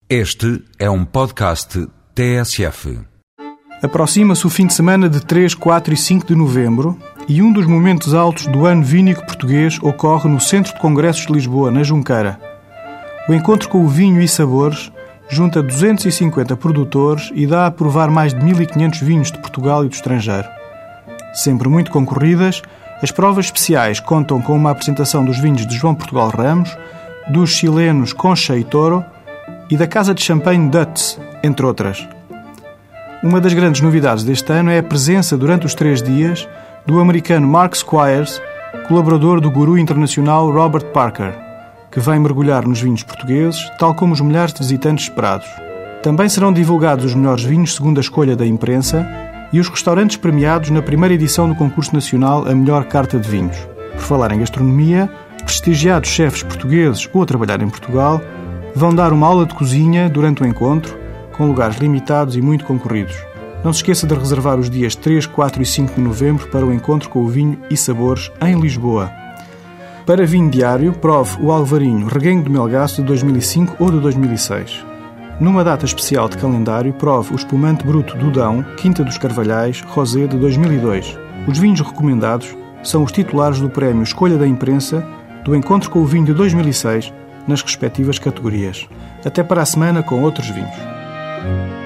Este é um podcast TSF. Aproxima-se o fim de semana de 3, 4 e 5 de novembro e um dos momentos altos do ano vínico português ocorre no Centro de Congressos de Lisboa, na Junqueira. O encontro com o vinho e sabores junta 250 produtores e dá a provar mais de 1.500 vinhos de Portugal e do estrangeiro. Sempre muito concorridas, as provas especiais contam com uma apresentação dos vinhos de João Portugal Ramos, dos chilenos Concha e Toro e da Casa de Champanhe Dutz, entre outras. Uma das grandes novidades deste ano é a presença, durante os 3 dias, do americano Mark Squires, colaborador do guru internacional Robert Parker, que vem mergulhar nos vinhos portugueses, tal como os milhares de visitantes esperados. Também serão divulgados os melhores vinhos segundo a escolha da imprensa e os restaurantes premiados na primeira edição do concurso nacional A Melhor Carta de Vinhos. Por falar em gastronomia, prestigiados chefes portugueses ou a trabalhar em Portugal vão dar uma aula de cozinha durante o encontro, com lugares limitados e muito concorridos. Não se esqueça de reservar os dias 3, 4 e 5 de novembro para o encontro com o vinho e sabores em Lisboa. Para vinho diário, prove o Alvarinho Reguengo de Melgaço de 2005 ou de 2006. Numa data especial de calendário, prove o espumante bruto do Dão, Quinta dos Carvalhais, Rosé de 2002. Os vinhos recomendados são os titulares do prémio Escolha da Imprensa do encontro com o vinho de 2006 nas respectivas categorias. Até para a semana com outros vinhos.